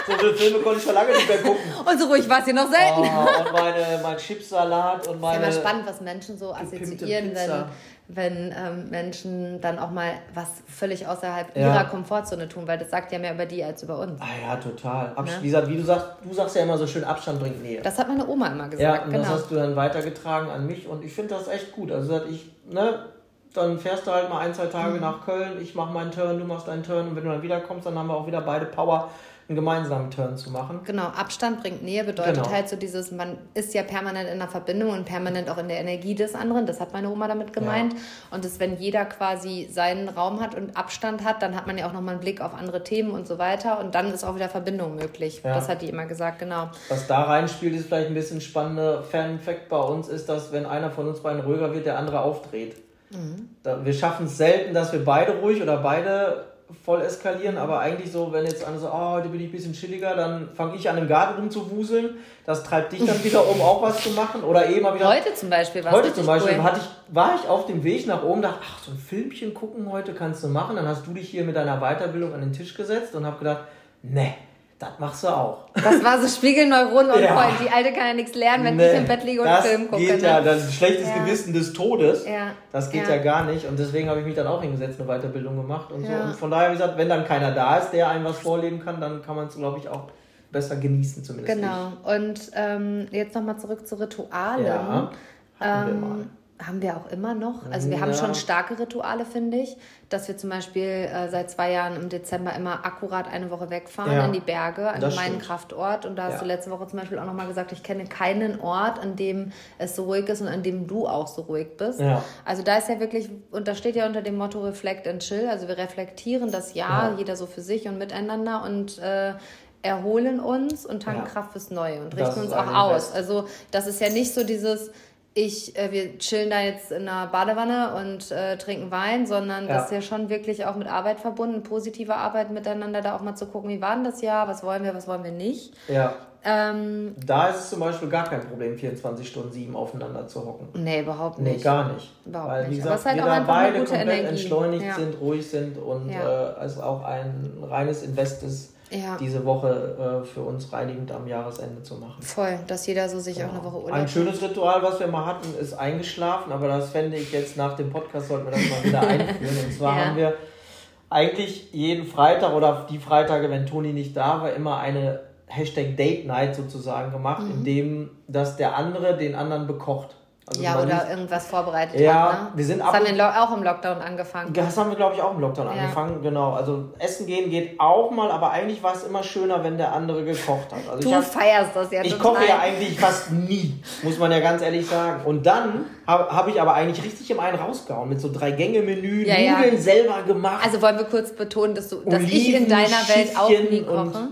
So viele Filme konnte ich schon lange nicht mehr gucken. Und so ruhig war es hier noch selten. Oh, und meine, mein Chipsalat und meine... Es ist immer spannend, was Menschen so assoziieren, wenn, wenn ähm, Menschen dann auch mal was völlig außerhalb ja. ihrer Komfortzone tun, weil das sagt ja mehr über die als über uns. Ah ja, total. Abs- ja? Wie, gesagt, wie du sagst, du sagst ja immer so schön, Abstand bringt Nähe. Das hat meine Oma immer gesagt. Ja, und genau. das hast du dann weitergetragen an mich und ich finde das echt gut. Also ich, ne, dann fährst du halt mal ein, zwei Tage mhm. nach Köln, ich mache meinen Turn, du machst deinen Turn und wenn du dann wiederkommst, dann haben wir auch wieder beide Power, einen gemeinsamen Turn zu machen. Genau, Abstand bringt Nähe, bedeutet genau. halt so dieses, man ist ja permanent in der Verbindung und permanent auch in der Energie des anderen, das hat meine Oma damit gemeint. Ja. Und das, wenn jeder quasi seinen Raum hat und Abstand hat, dann hat man ja auch nochmal einen Blick auf andere Themen und so weiter und dann ist auch wieder Verbindung möglich. Ja. Das hat die immer gesagt, genau. Was da reinspielt, ist vielleicht ein bisschen spannender Fan-Fact bei uns, ist, dass wenn einer von uns beiden ruhiger wird, der andere aufdreht. Mhm. Da, wir schaffen es selten, dass wir beide ruhig oder beide voll eskalieren, aber eigentlich so, wenn jetzt einer so, oh, heute bin ich ein bisschen chilliger, dann fange ich an, im Garten rumzuwuseln. Das treibt dich dann wieder um, auch was zu machen. Oder eben habe ich Heute gedacht, zum Beispiel war Heute zum Beispiel cool. hatte ich, war ich auf dem Weg nach oben, dachte, ach, so ein Filmchen gucken heute kannst du machen. Dann hast du dich hier mit deiner Weiterbildung an den Tisch gesetzt und habe gedacht, ne, das machst du auch. Das war so Spiegelneuronen und ja. Freund. Die Alte kann ja nichts lernen, wenn nee, ich im Bett liege und einen Film gucke. Das geht ne? ja, das ist ein schlechtes ja. Gewissen des Todes. Ja. Das geht ja. ja gar nicht. Und deswegen habe ich mich dann auch hingesetzt, eine Weiterbildung gemacht und ja. so. Und von daher, wie gesagt, wenn dann keiner da ist, der einem was vorleben kann, dann kann man es, glaube ich, auch besser genießen zumindest. Genau. Ich. Und ähm, jetzt nochmal zurück zu Ritualen. Ja, haben wir ähm, mal. Haben wir auch immer noch. Also wir ja. haben schon starke Rituale, finde ich. Dass wir zum Beispiel äh, seit zwei Jahren im Dezember immer akkurat eine Woche wegfahren ja. in die Berge, an das meinen stimmt. Kraftort. Und da hast ja. du letzte Woche zum Beispiel auch nochmal gesagt, ich kenne keinen Ort, an dem es so ruhig ist und an dem du auch so ruhig bist. Ja. Also da ist ja wirklich, und da steht ja unter dem Motto Reflect and Chill. Also wir reflektieren das Jahr, ja. jeder so für sich und miteinander und äh, erholen uns und tanken ja. Kraft fürs Neue und richten uns auch aus. Best. Also das ist ja nicht so dieses... Ich, äh, wir chillen da jetzt in einer Badewanne und äh, trinken Wein, sondern ja. das ist ja schon wirklich auch mit Arbeit verbunden, positive Arbeit miteinander, da auch mal zu gucken, wie war denn das Jahr, was wollen wir, was wollen wir nicht. Ja. Ähm, da ist es zum Beispiel gar kein Problem, vierundzwanzig Stunden sieben aufeinander zu hocken. Nee, überhaupt nicht. Nee, gar nicht. Überhaupt Weil, wie nicht. gesagt, halt wir auch da beide komplett Energie. entschleunigt ja. sind, ruhig sind und ja. äh, es auch ein reines Invest ist, ja. diese Woche äh, für uns reinigend am Jahresende zu machen. Voll, dass jeder so sich genau. auch eine Woche Urlaub Ein schönes Ritual, was wir mal hatten, ist eingeschlafen, aber das fände ich jetzt nach dem Podcast, sollten wir das mal wieder einführen. Und zwar ja. haben wir eigentlich jeden Freitag oder die Freitage, wenn Toni nicht da war, immer eine Hashtag Date Night sozusagen gemacht, mhm. in dem dass der andere den anderen bekocht. Also ja, oder nicht, irgendwas vorbereitet ja, hat. Ne? Wir sind das haben wir auch im Lockdown angefangen. Das haben wir, glaube ich, auch im Lockdown ja. angefangen, genau. Also essen gehen geht auch mal, aber eigentlich war es immer schöner, wenn der andere gekocht hat. Also du ich hab, feierst das ja Ich total. koche ja eigentlich fast nie, muss man ja ganz ehrlich sagen. Und dann habe hab ich aber eigentlich richtig im einen rausgehauen, mit so drei Gänge-Menü, ja, Nudeln ja. selber gemacht. Also wollen wir kurz betonen, dass, du, dass ich in deiner Welt auch nie koche?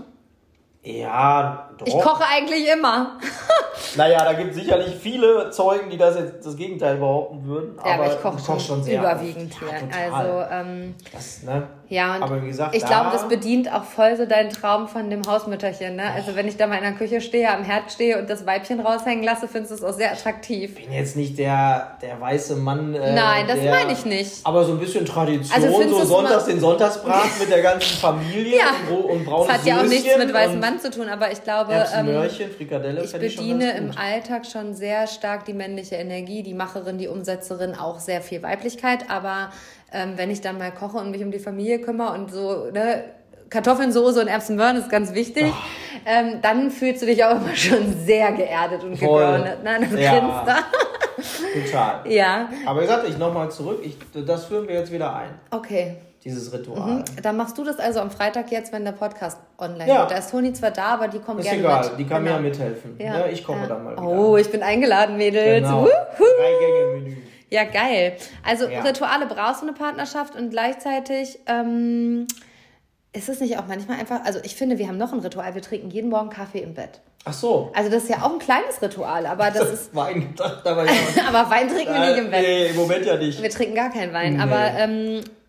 Ja, doch. Ich koche eigentlich immer. Naja, da gibt es sicherlich viele Zeugen, die das jetzt das Gegenteil behaupten würden. Ja, aber, aber ich koche schon, schon sehr überwiegend oft. hier. Ja, also, ähm, das, ne? Ja, und aber wie gesagt, ich da glaube, das bedient auch voll so deinen Traum von dem Hausmütterchen. Ne? Also wenn ich da mal in der Küche stehe, am Herd stehe und das Weibchen raushängen lasse, findest du es auch sehr attraktiv. Ich bin jetzt nicht der, der weiße Mann. Äh, Nein, das der, meine ich nicht. Aber so ein bisschen Tradition, also so sonntags den Sonntagsbraten mit der ganzen Familie ja. und, und braunes Das hat ja auch Süßchen nichts mit weißem Mann zu tun, aber ich glaube, Erbsenmörchen, Frikadelle, ich bediene im Alltag schon sehr stark die männliche Energie, die Macherin, die Umsetzerin, auch sehr viel Weiblichkeit, aber ähm, wenn ich dann mal koche und mich um die Familie kümmere und so, ne, Kartoffeln, Soße und Erbsenmörn ist ganz wichtig, oh. ähm, dann fühlst du dich auch immer schon sehr geerdet und gegroundet. Ne? Du ja. grinst da. Total. Ja. Aber wie gesagt, ich nochmal zurück, ich, das führen wir jetzt wieder ein. Okay. Dieses Ritual. Mhm. Dann machst du das also am Freitag jetzt, wenn der Podcast online ja. wird. Da ist Toni zwar da, aber die kommt ist gerne egal, mit. Die kann genau. mir ja mithelfen. Ja. Ja, ich koche ja. dann mal wieder. Oh, ich bin eingeladen, Mädels. Genau. Drei Gänge-Menü. Ja, geil. Also ja. Rituale brauchst du eine Partnerschaft und gleichzeitig ähm, ist es nicht auch manchmal einfach, also ich finde, wir haben noch ein Ritual, wir trinken jeden Morgen Kaffee im Bett. Ach so. Also das ist ja auch ein kleines Ritual, aber das ist... Wein gedacht, aber ja. aber Wein trinken wir nicht im Bett. Nee, im Moment ja nicht. Wir trinken gar keinen Wein, nee. aber ähm,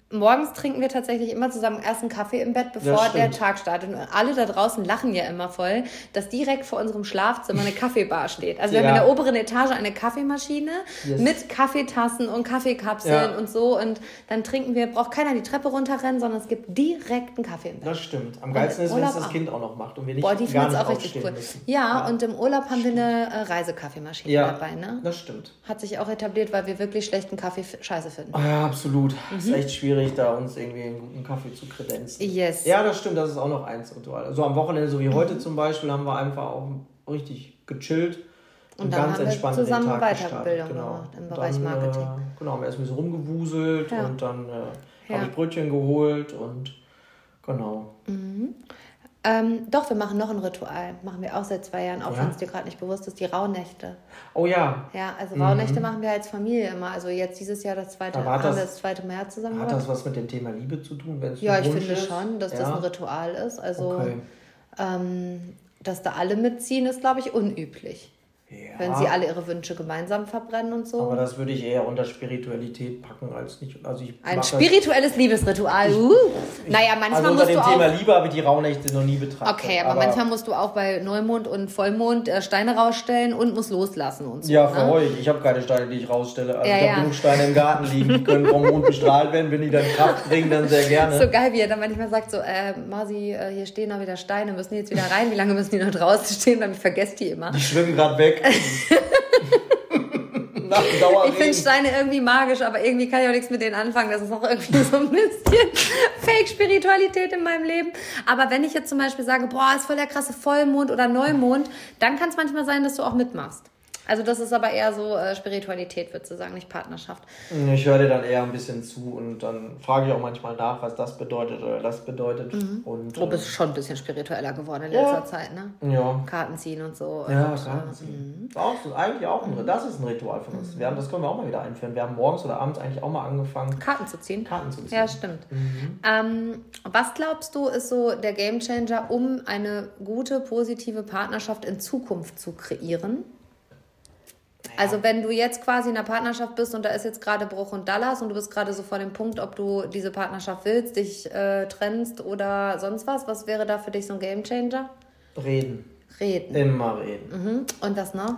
morgens trinken wir tatsächlich immer zusammen erst einen Kaffee im Bett, bevor der Tag startet. Und alle da draußen lachen ja immer voll, dass direkt vor unserem Schlafzimmer eine Kaffeebar steht. Also wir ja. haben in der oberen Etage eine Kaffeemaschine yes. mit Kaffeetassen und Kaffeekapseln ja. und so. Und dann trinken wir, braucht keiner die Treppe runterrennen, sondern es gibt direkt einen Kaffee im Bett. Das stimmt. Am geilsten ist, wenn es das Kind auch noch macht und wir nicht Boah, die gar nicht auch richtig cool. müssen. Ja, ja, und im Urlaub haben wir eine äh, Reisekaffeemaschine ja, dabei. Ne? Das stimmt. Hat sich auch etabliert, weil wir wirklich schlechten Kaffee scheiße finden. Oh ja, absolut. Mhm. Ist echt schwierig, da uns irgendwie einen guten Kaffee zu kredenzen. Yes. Ja, das stimmt, das ist auch noch eins Ritual. Also am Wochenende, so wie heute zum Beispiel, haben wir einfach auch richtig gechillt und, und ganz entspannt den Tag zusammen Weiterbildung genau. gemacht im Bereich dann, Marketing. Äh, genau, haben wir erst ein bisschen rumgewuselt ja. und dann äh, ja. habe ich Brötchen geholt und genau. Mhm. Ähm, doch, wir machen noch ein Ritual. Machen wir auch seit zwei Jahren, auch ja. wenn es dir gerade nicht bewusst ist, die Rauhnächte. Oh ja. Ja, also Rauhnächte mhm. machen wir als Familie immer. Also jetzt dieses Jahr das zweite, haben das, wir das zweite Mal zusammen Hat gemacht. das was mit dem Thema Liebe zu tun? Wenn's ja, ich Wunsch finde ist? schon, dass ja. das ein Ritual ist. Also, okay. ähm, dass da alle mitziehen, ist, glaube ich, unüblich. Ja. Wenn sie alle ihre Wünsche gemeinsam verbrennen und so. Aber das würde ich eher unter Spiritualität packen als nicht. Also ich ein spirituelles Liebesritual. Uh. Ich, naja, manchmal also unter musst dem du Thema auch, Liebe habe ich die Rauhnächte noch nie betrachtet. Okay, aber, aber manchmal musst du auch bei Neumond und Vollmond äh, Steine rausstellen und musst loslassen und so. Ja, für ne? euch. Ich habe keine Steine, die ich rausstelle. Also ja, ich habe ja. genug Steine im Garten liegen, die können vom Mond bestrahlt werden. Wenn die dann Kraft bringen, dann sehr gerne. So geil, wie er dann manchmal sagt, so, äh, Marci, äh, hier stehen noch wieder Steine, müssen die jetzt wieder rein? Wie lange müssen die noch draußen stehen? Dann vergesst die immer. Die schwimmen gerade weg. Ich finde Steine irgendwie magisch, aber irgendwie kann ich auch nichts mit denen anfangen. Das ist auch irgendwie so ein bisschen Fake-Spiritualität in meinem Leben. Aber wenn ich jetzt zum Beispiel sage, boah, ist voll der krasse Vollmond oder Neumond, dann kann es manchmal sein, dass du auch mitmachst. Also das ist aber eher so äh, Spiritualität, würdest du sagen, nicht Partnerschaft. Ich höre dir dann eher ein bisschen zu und dann frage ich auch manchmal nach, was das bedeutet oder das bedeutet. Mhm. Und, du bist schon ein bisschen spiritueller geworden in letzter ja. Zeit, ne? Ja. Karten ziehen und so. Ja, und, Karten ziehen. Mhm. Auch, eigentlich auch ein, das ist ein Ritual von uns. Mhm. Wir haben, das können wir auch mal wieder einführen. Wir haben morgens oder abends eigentlich auch mal angefangen, Karten zu ziehen. Karten zu ziehen. Ja, stimmt. Mhm. Ähm, was glaubst du, ist so der Gamechanger, um eine gute, positive Partnerschaft in Zukunft zu kreieren? Also wenn du jetzt quasi in einer Partnerschaft bist und da ist jetzt gerade Bruch und Dallas und du bist gerade so vor dem Punkt, ob du diese Partnerschaft willst, dich äh, trennst oder sonst was, was wäre da für dich so ein Gamechanger? Reden. Reden. Immer reden. Mhm. Und was noch?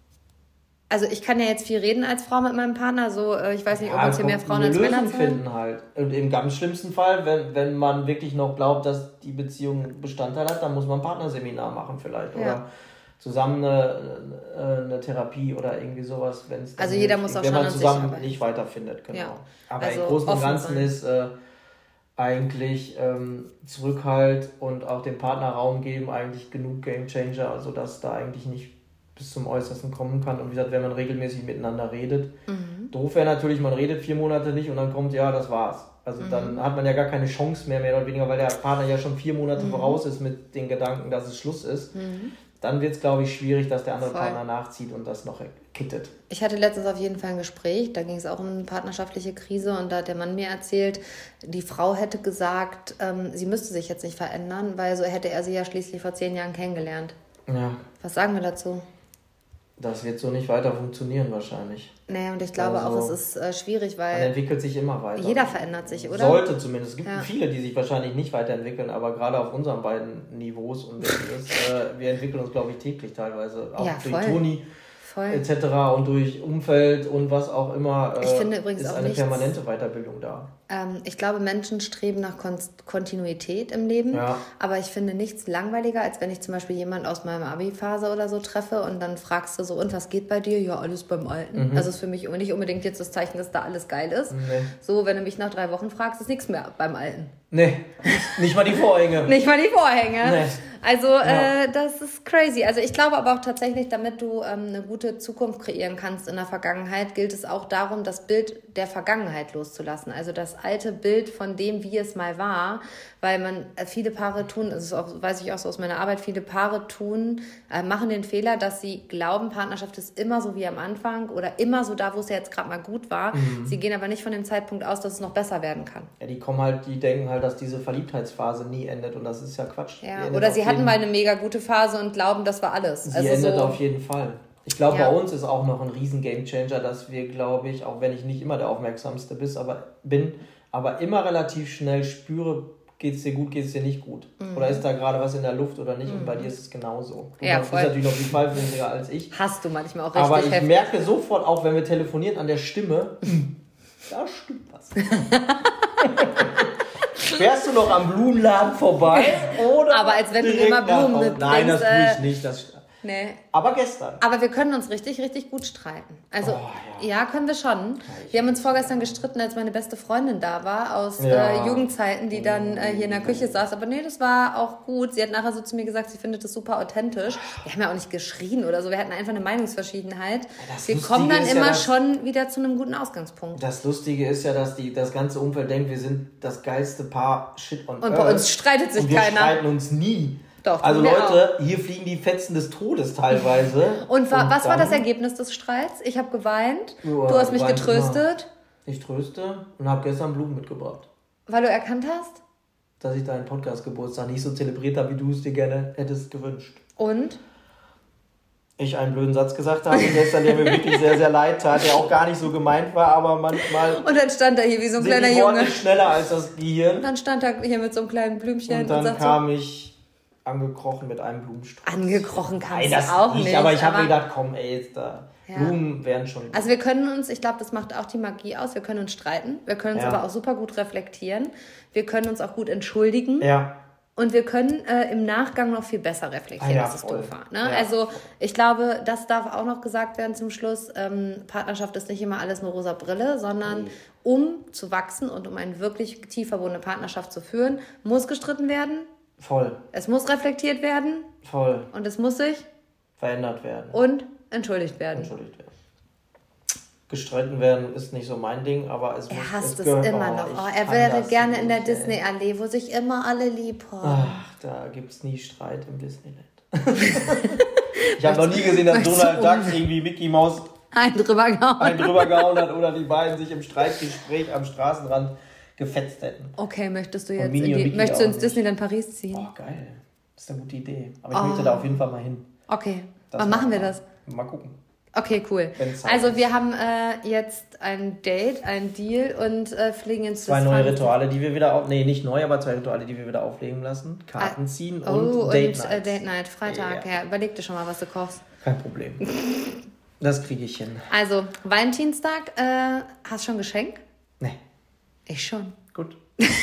Also ich kann ja jetzt viel reden als Frau mit meinem Partner, so äh, ich weiß nicht, ob ja, uns hier mehr Frauen als Männer sind. Finden halt. Und im ganz schlimmsten Fall, wenn, wenn man wirklich noch glaubt, dass die Beziehung Bestandteil hat, dann muss man ein Partnerseminar machen vielleicht. Ja. Oder zusammen eine, eine Therapie oder irgendwie sowas, wenn es also jeder muss auch wenn schon man zusammen nicht weiterfindet, genau. Ja. Aber also im Großen und Ganzen sein. ist äh, eigentlich ähm, Zurückhalt und auch dem Partner Raum geben eigentlich genug Gamechanger, also dass da eigentlich nicht bis zum Äußersten kommen kann. Und wie gesagt, wenn man regelmäßig miteinander redet, mhm. doof wäre natürlich, man redet vier Monate nicht und dann kommt, ja, das war's. Also mhm. dann hat man ja gar keine Chance mehr, mehr oder weniger, weil der Partner ja schon vier Monate mhm. voraus ist mit den Gedanken, dass es Schluss ist. Mhm. Dann wird es, glaube ich, schwierig, dass der andere Voll. Partner nachzieht und das noch kittet. Ich hatte letztens auf jeden Fall ein Gespräch, da ging es auch um eine partnerschaftliche Krise und da hat der Mann mir erzählt, die Frau hätte gesagt, ähm, sie müsste sich jetzt nicht verändern, weil so hätte er sie ja schließlich vor zehn Jahren kennengelernt. Ja. Was sagen wir dazu? Das wird so nicht weiter funktionieren wahrscheinlich. Nee, und ich glaube also, auch, es ist äh, schwierig, weil... Man entwickelt sich immer weiter. Jeder verändert sich, oder? Sollte zumindest. Es gibt ja. viele, die sich wahrscheinlich nicht weiterentwickeln, aber gerade auf unseren beiden Niveaus und das, äh, wir entwickeln uns, glaube ich, täglich teilweise. Auch ja, durch Toni et cetera und durch Umfeld und was auch immer äh, ich finde übrigens ist auch eine nichts, permanente Weiterbildung da. Ähm, ich glaube, Menschen streben nach Kon- Kontinuität im Leben, ja. aber ich finde nichts langweiliger, als wenn ich zum Beispiel jemanden aus meiner Abi-Phase oder so treffe und dann fragst du so, und was geht bei dir? Ja, alles beim Alten. Mhm. Also ist für mich nicht unbedingt jetzt das Zeichen, dass da alles geil ist. Nee. So, wenn du mich nach drei Wochen fragst, ist nichts mehr beim Alten. Nee, nicht mal die Vorhänge. Nicht mal die Vorhänge. Nee. Also ja. äh, das ist crazy. Also ich glaube aber auch tatsächlich, damit du ähm, eine gute Zukunft kreieren kannst in der Vergangenheit, gilt es auch darum, das Bild der Vergangenheit loszulassen. Also das alte Bild von dem, wie es mal war, weil man äh, viele Paare tun, das ist auch, weiß ich auch so aus meiner Arbeit, viele Paare tun, äh, machen den Fehler, dass sie glauben, Partnerschaft ist immer so wie am Anfang oder immer so da, wo es ja jetzt gerade mal gut war. Mhm. Sie gehen aber nicht von dem Zeitpunkt aus, dass es noch besser werden kann. Ja, die kommen halt, die denken halt, dass diese Verliebtheitsphase nie endet und das ist ja Quatsch. Ja, oder sie hatten mal eine mega gute Phase und glauben, das war alles. Sie also endet so auf jeden Fall. Ich glaube, ja. bei uns ist auch noch ein riesen Gamechanger, dass wir, glaube ich, auch wenn ich nicht immer der Aufmerksamste bin, aber bin, aber immer relativ schnell spüre, geht es dir gut, geht es dir nicht gut. Mhm. Oder ist da gerade was in der Luft oder nicht? Mhm. Und bei dir ist es genauso. Du ja, bist natürlich noch viel pfeiffindiger als ich. Hast du manchmal auch richtig aber ich heftig. merke sofort, auch wenn wir telefonieren, an der Stimme, da stimmt was. Fährst du noch am Blumenladen vorbei? Oder aber als wenn du immer Blumen mitbringst. Nein, das tue ich nicht. Das nee. Aber gestern. Aber wir können uns richtig, richtig gut streiten. Also, oh, ja. ja, können wir schon. Wir haben uns vorgestern gestritten, als meine beste Freundin da war, aus ja. äh, Jugendzeiten, die dann äh, hier in der Küche saß. Aber nee, das war auch gut. Sie hat nachher so zu mir gesagt, sie findet das super authentisch. Wir haben ja auch nicht geschrien oder so. Wir hatten einfach eine Meinungsverschiedenheit. Das wir Lustige kommen dann immer ja, schon wieder zu einem guten Ausgangspunkt. Das Lustige ist ja, dass die, das ganze Umfeld denkt, wir sind das geilste Paar Shit on Und Earth. Bei uns streitet sich und wir keiner. Wir streiten uns nie. Doch, also Leute, auch. Hier fliegen die Fetzen des Todes teilweise. Und, wa- und was war das Ergebnis des Streits? Ich habe geweint, ja, du hast mich getröstet. Immer. Ich tröste und habe gestern Blumen mitgebracht. Weil du erkannt hast? Dass ich deinen Podcast-Geburtstag nicht so zelebriert habe, wie du es dir gerne hättest gewünscht. Und? Ich einen blöden Satz gesagt habe gestern, der mir wirklich sehr, sehr leid tat, der auch gar nicht so gemeint war, aber manchmal... Und dann stand er hier wie so ein sind kleiner die Worte Junge. schneller als das Gehirn. Und dann stand er hier mit so einem kleinen Blümchen. Und dann und kam so, ich... angekrochen mit einem Blumenstrauß. Angekrochen kannst Nein, das du auch nicht. Aber ich habe mir gedacht, komm, ey, jetzt da. Ja. Blumen wären schon gut. Also wir können uns, ich glaube, das macht auch die Magie aus, wir können uns streiten, wir können uns ja. aber auch super gut reflektieren, wir können uns auch gut entschuldigen. Ja. Und wir können äh, im Nachgang noch viel besser reflektieren, ah, ja, dass es doof war. Ne? Ja. Also ich glaube, das darf auch noch gesagt werden zum Schluss. Ähm, Partnerschaft ist nicht immer alles nur rosa Brille, sondern mhm. um zu wachsen und um eine wirklich tief verbundene Partnerschaft zu führen, muss gestritten werden. Voll. Es muss reflektiert werden. Voll. Und es muss sich verändert werden. Und entschuldigt werden. Entschuldigt werden. Gestritten werden ist nicht so mein Ding, aber es Er muss, hasst es, es immer noch. Oh, er wäre gerne in der Disney-Allee, wo sich immer alle lieb haben. Ach, da gibt es nie Streit im Disneyland. Ich habe noch nie gesehen, dass Donald Duck irgendwie Mickey Mouse einen drüber gehauen. einen drüber gehauen hat oder die beiden sich im Streitgespräch am Straßenrand gefetzt hätten. Okay, möchtest du jetzt in die, möchtest du ins Disneyland Paris ziehen? Oh, geil. Das ist eine gute Idee. Aber ich oh. möchte da auf jeden Fall mal hin. Okay, wann machen wir das? Mal gucken. Okay, cool. Also wir haben äh, jetzt ein Date, ein Deal und äh, fliegen ins Zwei neue Rituale, die wir wieder auf... Nee, nicht neu, aber zwei Rituale, die wir wieder auflegen lassen. Karten ziehen oh, und Date und, Night. Äh, Date Night, Freitag. Ja. ja, überleg dir schon mal, was du kochst. Kein Problem. Das kriege ich hin. Also, Valentinstag, äh, hast du schon ein Geschenk? Nee. Ich schon. Gut.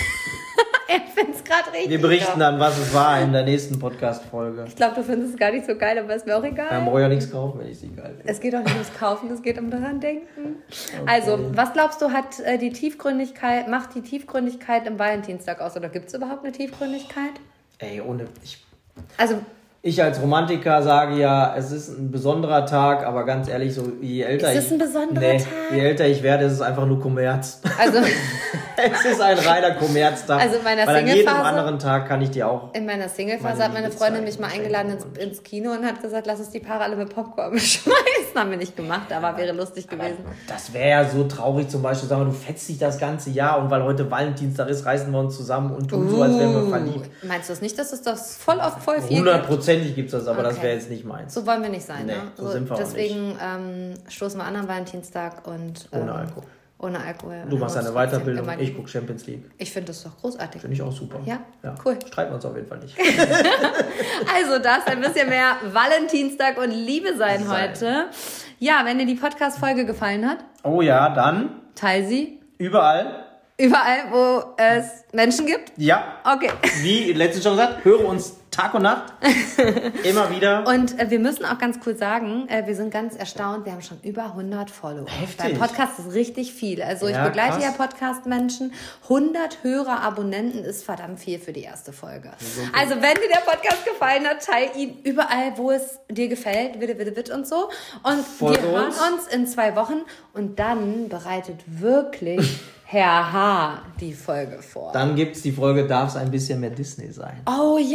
Er findet es gerade richtig. Wir berichten dann, was es war in der nächsten Podcast-Folge. Ich glaube, du findest es gar nicht so geil, aber ist mir auch egal. Dann brauche ich ja nichts kaufen, wenn ich sie geil finde. Es geht auch nicht ums Kaufen, es geht um daran denken. Okay. Also, was glaubst du, hat äh, die Tiefgründigkeit, macht die Tiefgründigkeit im Valentinstag aus? Oder gibt es überhaupt eine Tiefgründigkeit? Ey, ohne... Ich, also... Ich als Romantiker sage ja, es ist ein besonderer Tag, aber ganz ehrlich, so je älter ich... Ist es ein besonderer nee, Tag? Je älter ich werde, ist es einfach nur Kommerz. Also... es ist ein reiner Kommerztag. Also in meiner Weil Single-Phase... an jedem anderen Tag kann ich dir auch... In meiner Single-Phase hat meine Freundin mich mal eingeladen ins, ins Kino und hat gesagt, lass uns die Paare alle mit Popcorn beschmeißen. Haben wir nicht gemacht, aber wäre lustig gewesen. Aber das wäre ja so traurig zum Beispiel, sagen wir, du fetzt dich das ganze Jahr und weil heute Valentinstag ist, reißen wir uns zusammen und tun uh, so, als wären wir verliebt. Meinst du das nicht, dass es das voll auf voll viel Hundertprozentig gibt es das, aber okay. das wäre jetzt nicht meins. So wollen wir nicht sein, nee, ne? So sind wir deswegen auch ähm, stoßen wir an am Valentinstag und... Ähm, ohne Alkohol. Ohne Alkohol. Du machst eine Weiterbildung, ich gucke Champions League. Ich finde das doch großartig. Finde ich auch super. Ja? ja, cool. Streiten wir uns auf jeden Fall nicht. Also das, ein bisschen mehr Valentinstag und Liebe sein, sein. heute. Ja, wenn dir die Podcast-Folge gefallen hat. Oh ja, dann. Teil sie. Überall. Überall, wo es Menschen gibt? Ja. Okay. Wie letztens schon gesagt, höre uns Tag und Nacht. Immer wieder. Und äh, wir müssen auch ganz cool sagen, äh, wir sind ganz erstaunt, wir haben schon über hundert Follower. Heftig. Beim Podcast ist richtig viel. Also ja, ich begleite krass. ja Podcast-Menschen. hundert Hörer, Abonnenten ist verdammt viel für die erste Folge. Super. Also wenn dir der Podcast gefallen hat, teil ihn überall, wo es dir gefällt. Bitte, bitte, bitte und so. Und Folge wir hören uns. uns in zwei Wochen und dann bereitet wirklich Herr H. die Folge vor. Dann gibt es die Folge, darf es ein bisschen mehr Disney sein. Oh ja. Das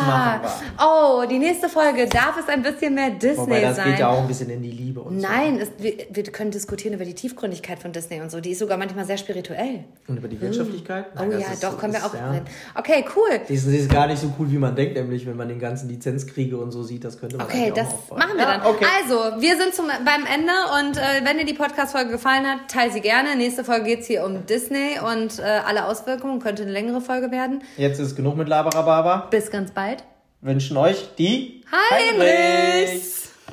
machen war. Oh, die nächste Folge darf es ein bisschen mehr Disney Wobei, das sein. geht ja auch ein bisschen in die Liebe und Nein, so. es, wir, wir können diskutieren über die Tiefgründigkeit von Disney und so. Die ist sogar manchmal sehr spirituell. Und über die Wirtschaftlichkeit? Oh, Nein, oh ja, ist, doch, können wir auch ja. reden. Okay, cool. Die ist, die ist gar nicht so cool, wie man denkt, nämlich wenn man den ganzen Lizenzkriege und so sieht, das könnte man Okay, das auch aufbauen. machen wir ja, dann. Okay. Also, wir sind zum, beim Ende und äh, wenn dir die Podcast-Folge gefallen hat, teile sie gerne. Nächste Folge geht es hier um Disney und äh, alle Auswirkungen. Könnte eine längere Folge werden. Jetzt ist genug mit Laberababa. Bis ganz bald. Wünschen euch die Heinrichs!